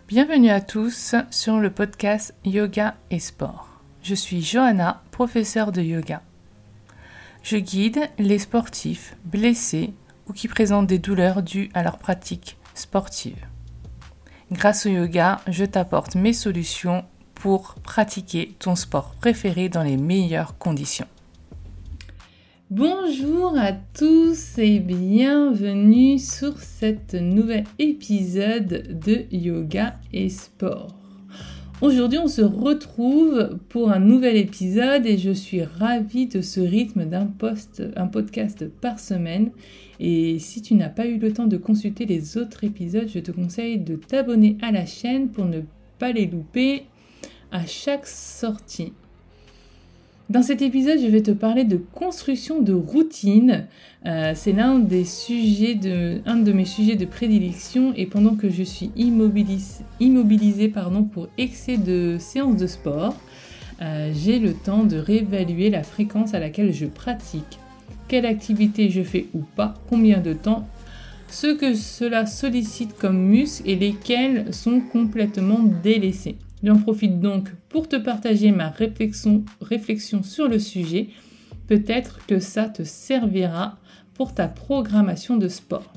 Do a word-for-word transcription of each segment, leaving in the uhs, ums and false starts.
Bienvenue à tous sur le podcast Yoga et Sport. Je suis Johanna, professeure de yoga. Je guide les sportifs blessés ou qui présentent des douleurs dues à leur pratique sportive. Grâce au yoga, je t'apporte mes solutions pour pratiquer ton sport préféré dans les meilleures conditions. Bonjour à tous et bienvenue sur cet nouvel épisode de Yoga et Sport. Aujourd'hui, on se retrouve pour un nouvel épisode et je suis ravie de ce rythme d'un post, un podcast par semaine. Et si tu n'as pas eu le temps de consulter les autres épisodes, je te conseille de t'abonner à la chaîne pour ne pas les louper à chaque sortie. Dans cet épisode, je vais te parler de construction de routine. Euh, c'est l'un des sujets de, un de mes sujets de prédilection et pendant que je suis immobilis, immobilisée pardon, pour excès de séances de sport, euh, j'ai le temps de réévaluer la fréquence à laquelle je pratique, quelle activité je fais ou pas, combien de temps, ce que cela sollicite comme muscles et lesquels sont complètement délaissés. J'en profite donc pour te partager ma réflexion, réflexion sur le sujet. Peut-être que ça te servira pour ta programmation de sport.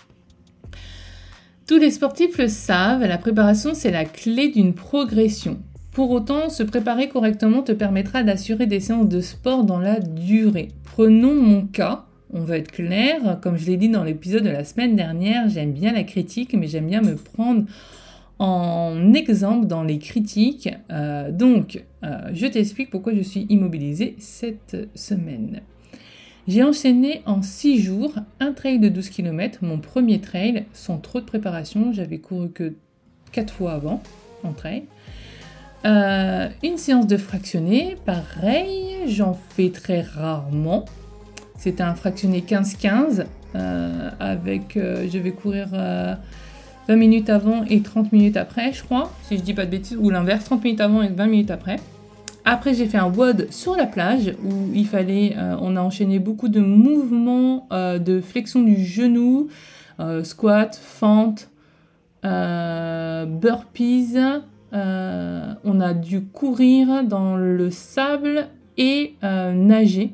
Tous les sportifs le savent, la préparation c'est la clé d'une progression. Pour autant, se préparer correctement te permettra d'assurer des séances de sport dans la durée. Prenons mon cas, on va être clair, comme je l'ai dit dans l'épisode de la semaine dernière, j'aime bien la critique, mais j'aime bien me prendre en exemple dans les critiques. Euh, donc, euh, je t'explique pourquoi je suis immobilisée cette semaine. J'ai enchaîné en six jours un trail de douze kilomètres, mon premier trail, sans trop de préparation. J'avais couru que quatre fois avant en trail. Euh, une séance de fractionné, pareil, j'en fais très rarement. C'était un fractionné quinze quinze euh, avec, euh, je vais courir... Euh, vingt minutes avant et trente minutes après, je crois, si je dis pas de bêtises, ou l'inverse, trente minutes avant et vingt minutes après. Après, j'ai fait un W O D sur la plage où il fallait, euh, on a enchaîné beaucoup de mouvements euh, de flexion du genou, euh, squat, fente, euh, burpees. Euh, on a dû courir dans le sable et euh, nager.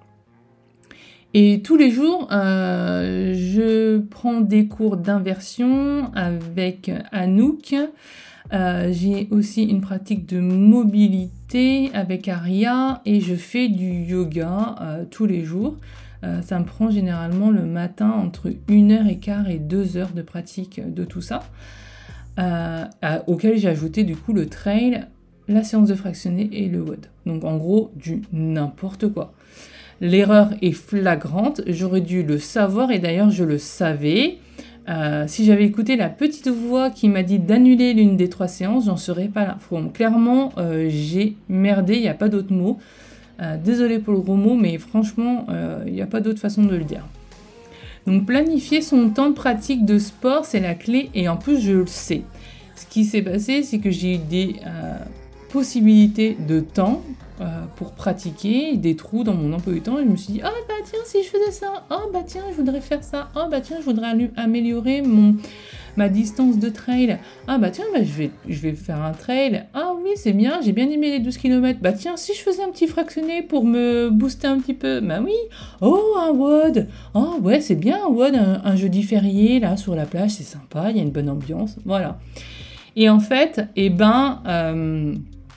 Et tous les jours, euh, je prends des cours d'inversion avec Anouk. Euh, j'ai aussi une pratique de mobilité avec Aria et je fais du yoga euh, tous les jours. Euh, ça me prend généralement le matin entre une heure quinze et deux heures de pratique de tout ça. Euh, à, auquel j'ai ajouté du coup le trail, la séance de fractionné et le W O D. Donc en gros, du n'importe quoi. L'erreur est flagrante, j'aurais dû le savoir et d'ailleurs je le savais. Euh, si j'avais écouté la petite voix qui m'a dit d'annuler l'une des trois séances, j'en serais pas là. Bon, clairement, euh, j'ai merdé, il n'y a pas d'autre mot. Euh, désolée pour le gros mot, mais franchement, il euh, n'y a pas d'autre façon de le dire. Donc planifier son temps de pratique de sport, c'est la clé et en plus je le sais. Ce qui s'est passé, c'est que j'ai eu des euh, possibilités de temps Euh, pour pratiquer, des trous dans mon emploi du temps et je me suis dit ah oh, bah tiens si je faisais ça, ah oh, bah tiens je voudrais faire ça, ah oh, bah tiens je voudrais améliorer mon ma distance de trail, ah bah tiens bah je vais je vais faire un trail, ah oui c'est bien, j'ai bien aimé les douze kilomètres, bah tiens si je faisais un petit fractionné pour me booster un petit peu, bah oui, oh un W O D, oh ouais c'est bien un W O D, un, un jeudi férié là sur la plage, c'est sympa, il y a une bonne ambiance, voilà. Et en fait, eh ben euh,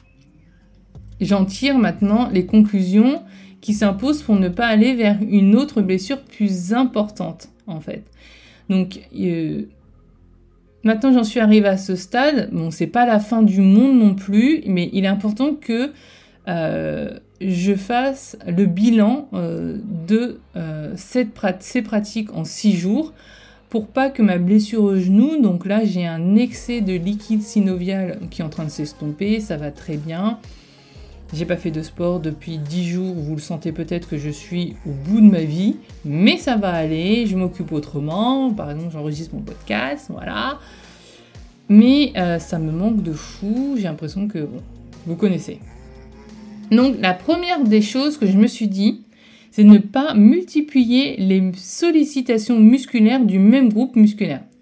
j'en tire maintenant les conclusions qui s'imposent pour ne pas aller vers une autre blessure plus importante, en fait. Donc, euh, maintenant j'en suis arrivée à ce stade. Bon, c'est pas la fin du monde non plus, mais il est important que euh, je fasse le bilan euh, de euh, cette prat- ces pratiques en six jours pour pas que ma blessure au genou, donc là j'ai un excès de liquide synovial qui est en train de s'estomper, ça va très bien. J'ai pas fait de sport depuis dix jours, vous le sentez peut-être que je suis au bout de ma vie, mais ça va aller, je m'occupe autrement, par exemple j'enregistre mon podcast, voilà. Mais euh, ça me manque de fou, j'ai l'impression que, bon, vous connaissez. Donc la première des choses que je me suis dit, c'est de ne pas multiplier les sollicitations musculaires du même groupe musculaire.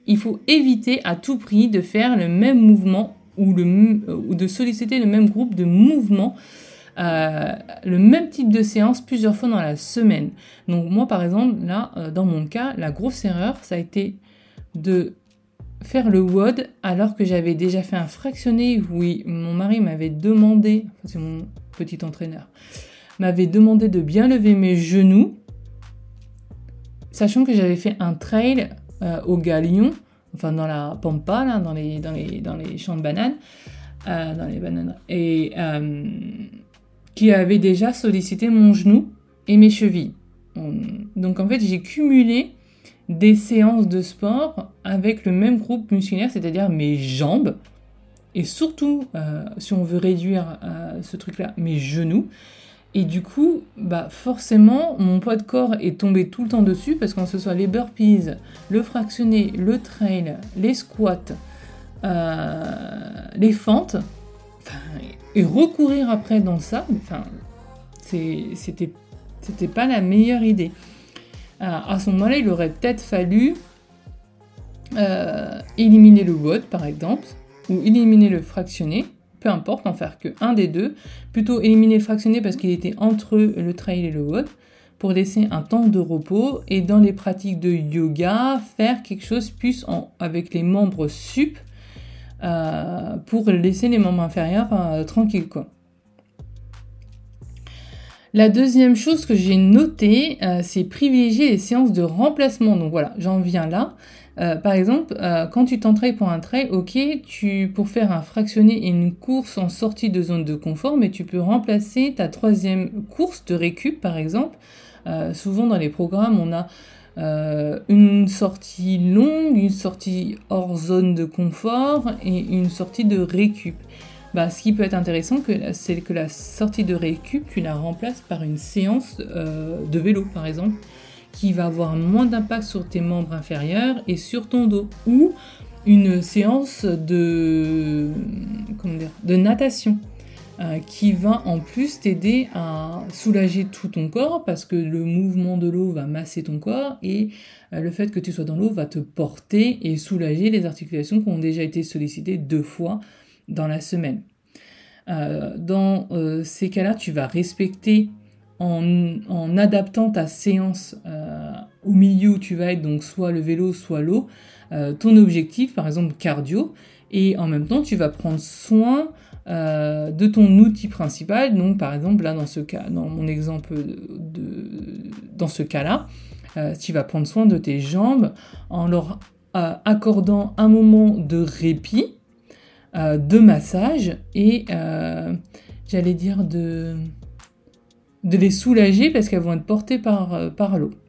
il faut éviter à tout prix de faire le même mouvement ou, le, ou de solliciter le même groupe de mouvements, euh, le même type de séance plusieurs fois dans la semaine. Donc moi, par exemple, là, euh, dans mon cas, la grosse erreur, ça a été de faire le W O D alors que j'avais déjà fait un fractionné. Oui, mon mari m'avait demandé, enfin, c'est mon petit entraîneur, m'avait demandé de bien lever mes genoux, sachant que j'avais fait un trail euh, au Galion, enfin dans la pampa, là, dans, les, dans, les, dans les champs de bananes, euh, dans les bananes, et euh, qui avait déjà sollicité mon genou et mes chevilles. Donc en fait, j'ai cumulé des séances de sport avec le même groupe musculaire, c'est-à-dire mes jambes, et surtout, euh, si on veut réduire euh, ce truc-là, mes genoux. Et du coup, bah forcément, mon poids de corps est tombé tout le temps dessus, parce que ce soit les burpees, le fractionné, le trail, les squats, euh, les fentes, et recourir après dans ça, enfin, c'est, c'était, c'était pas la meilleure idée. Alors, à ce moment-là, il aurait peut-être fallu euh, éliminer le W O D, par exemple, ou éliminer le fractionné, peu importe, en faire que un des deux, plutôt éliminer le fractionné parce qu'il était entre le trail et le W O D, pour laisser un temps de repos, et dans les pratiques de yoga, faire quelque chose plus en, avec les membres sup, euh, pour laisser les membres inférieurs euh, tranquilles, quoi. La deuxième chose que j'ai notée, euh, c'est privilégier les séances de remplacement. Donc voilà, j'en viens là. Euh, par exemple, euh, quand tu t'entraînes pour un trail, ok, tu, pour faire un fractionné et une course en sortie de zone de confort, mais tu peux remplacer ta troisième course de récup, par exemple. Euh, souvent dans les programmes, on a euh, une sortie longue, une sortie hors zone de confort et une sortie de récup. Bah, ce qui peut être intéressant, c'est que la sortie de récup, tu la remplaces par une séance euh, de vélo, par exemple, qui va avoir moins d'impact sur tes membres inférieurs et sur ton dos. Ou une séance de, comment dire, de natation, euh, qui va en plus t'aider à soulager tout ton corps, parce que le mouvement de l'eau va masser ton corps, et euh, le fait que tu sois dans l'eau va te porter et soulager les articulations qui ont déjà été sollicitées deux fois dans la semaine. Euh, dans euh, ces cas-là, tu vas respecter en, en adaptant ta séance euh, au milieu où tu vas être, donc soit le vélo, soit l'eau, euh, ton objectif, par exemple cardio, et en même temps, tu vas prendre soin euh, de ton outil principal. Donc, par exemple, là, dans ce cas, dans mon exemple de, de dans ce cas-là, euh, tu vas prendre soin de tes jambes en leur euh, accordant un moment de répit, Euh, de massage, et euh, j'allais dire de, de les soulager parce qu'elles vont être portées par, euh, par l'eau.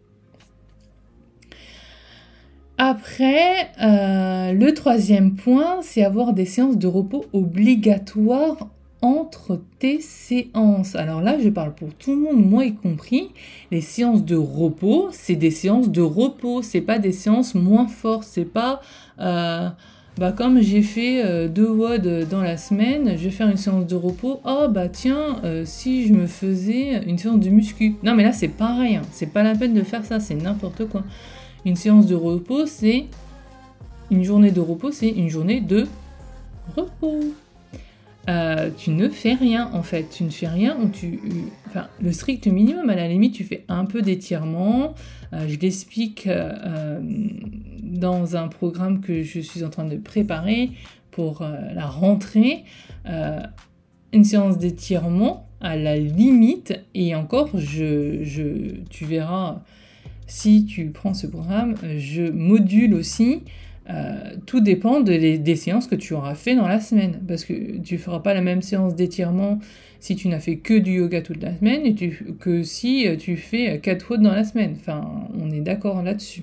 Après, euh, le troisième point, c'est avoir des séances de repos obligatoires entre tes séances. Alors là, je parle pour tout le monde, moi y compris. Les séances de repos, c'est des séances de repos, c'est pas des séances moins fortes, c'est pas... Euh, Bah, comme j'ai fait euh, deux W O D dans la semaine, je vais faire une séance de repos. Oh bah tiens, euh, si je me faisais une séance de muscu. Non mais là c'est pareil, hein. C'est pas la peine de faire ça, c'est n'importe quoi. Une séance de repos, c'est... Une journée de repos, c'est une journée de repos. Euh, tu ne fais rien en fait, tu ne fais rien, ou tu... Enfin, le strict minimum, à la limite, tu fais un peu d'étirement. Euh, je l'explique euh, dans un programme que je suis en train de préparer pour euh, la rentrée. Euh, une séance d'étirement à la limite, et encore, je, je, tu verras, si tu prends ce programme, je module aussi. Euh, tout dépend de les, des séances que tu auras fait dans la semaine, parce que tu feras pas la même séance d'étirement si tu n'as fait que du yoga toute la semaine et tu, que si tu fais quatre W O D dans la semaine. Enfin, on est d'accord là-dessus.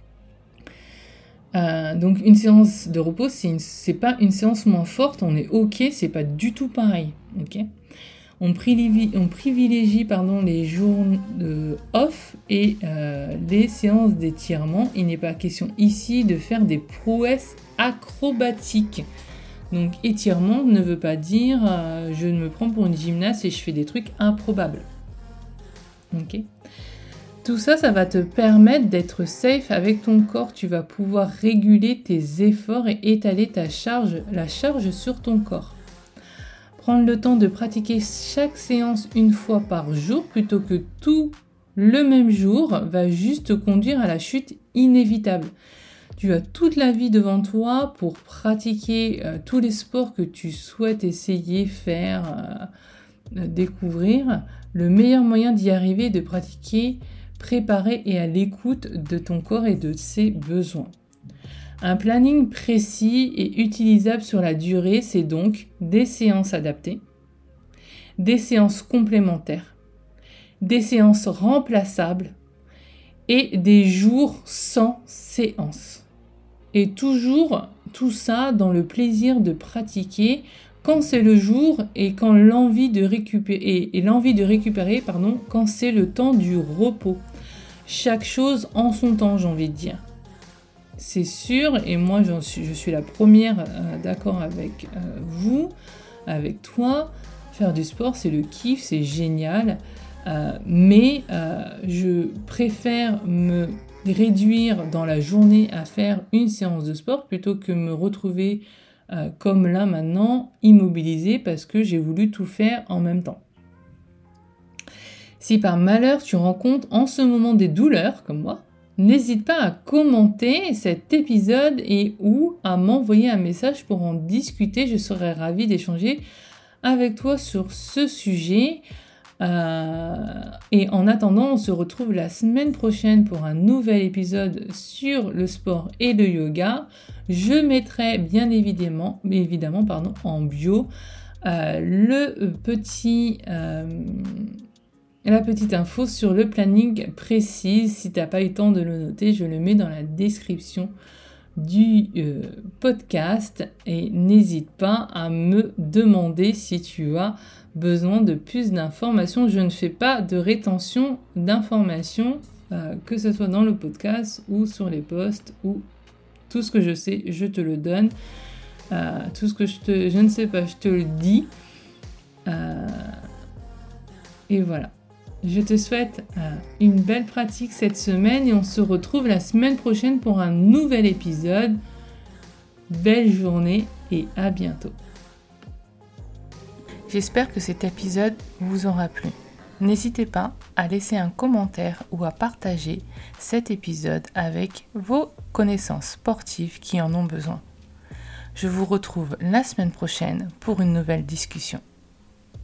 Euh, donc une séance de repos, c'est, une, c'est pas une séance moins forte, on est ok, c'est pas du tout pareil, ok. On privilégie, on privilégie pardon, les jours de off et euh, les séances d'étirement. Il n'est pas question ici de faire des prouesses acrobatiques. Donc étirement ne veut pas dire euh, je me prends pour une gymnaste et je fais des trucs improbables. Ok. Tout ça, ça va te permettre d'être safe avec ton corps. Tu vas pouvoir réguler tes efforts et étaler ta charge, la charge sur ton corps. Prendre le temps de pratiquer chaque séance une fois par jour plutôt que tout le même jour va juste conduire à la chute inévitable. Tu as toute la vie devant toi pour pratiquer euh, tous les sports que tu souhaites essayer, faire, euh, découvrir. Le meilleur moyen d'y arriver est de pratiquer préparé et à l'écoute de ton corps et de ses besoins. Un planning précis et utilisable sur la durée, c'est donc des séances adaptées, des séances complémentaires, des séances remplaçables et des jours sans séance. Et toujours tout ça dans le plaisir de pratiquer quand c'est le jour et quand l'envie de récupérer et, et l'envie de récupérer pardon, quand c'est le temps du repos. Chaque chose en son temps, j'ai envie de dire. C'est sûr, et moi j'en suis, je suis la première euh, d'accord avec euh, vous, avec toi. Faire du sport, c'est le kiff, c'est génial. Euh, mais euh, je préfère me réduire dans la journée à faire une séance de sport plutôt que me retrouver euh, comme là maintenant, immobilisée parce que j'ai voulu tout faire en même temps. Si par malheur tu rencontres en ce moment des douleurs comme moi, n'hésite pas à commenter cet épisode et ou à m'envoyer un message pour en discuter. Je serais ravie d'échanger avec toi sur ce sujet. Euh, et en attendant, on se retrouve la semaine prochaine pour un nouvel épisode sur le sport et le yoga. Je mettrai bien évidemment, évidemment pardon, en bio euh, le petit... Euh, La petite info sur le planning précis, si tu n'as pas eu le temps de le noter, je le mets dans la description du euh, podcast et n'hésite pas à me demander si tu as besoin de plus d'informations. Je ne fais pas de rétention d'informations, euh, que ce soit dans le podcast ou sur les posts ou tout ce que je sais, je te le donne. Euh, tout ce que je, te, je ne sais pas, je te le dis. Euh, et voilà. Je te souhaite euh, une belle pratique cette semaine et on se retrouve la semaine prochaine pour un nouvel épisode. Belle journée et à bientôt. J'espère que cet épisode vous aura plu. N'hésitez pas à laisser un commentaire ou à partager cet épisode avec vos connaissances sportives qui en ont besoin. Je vous retrouve la semaine prochaine pour une nouvelle discussion.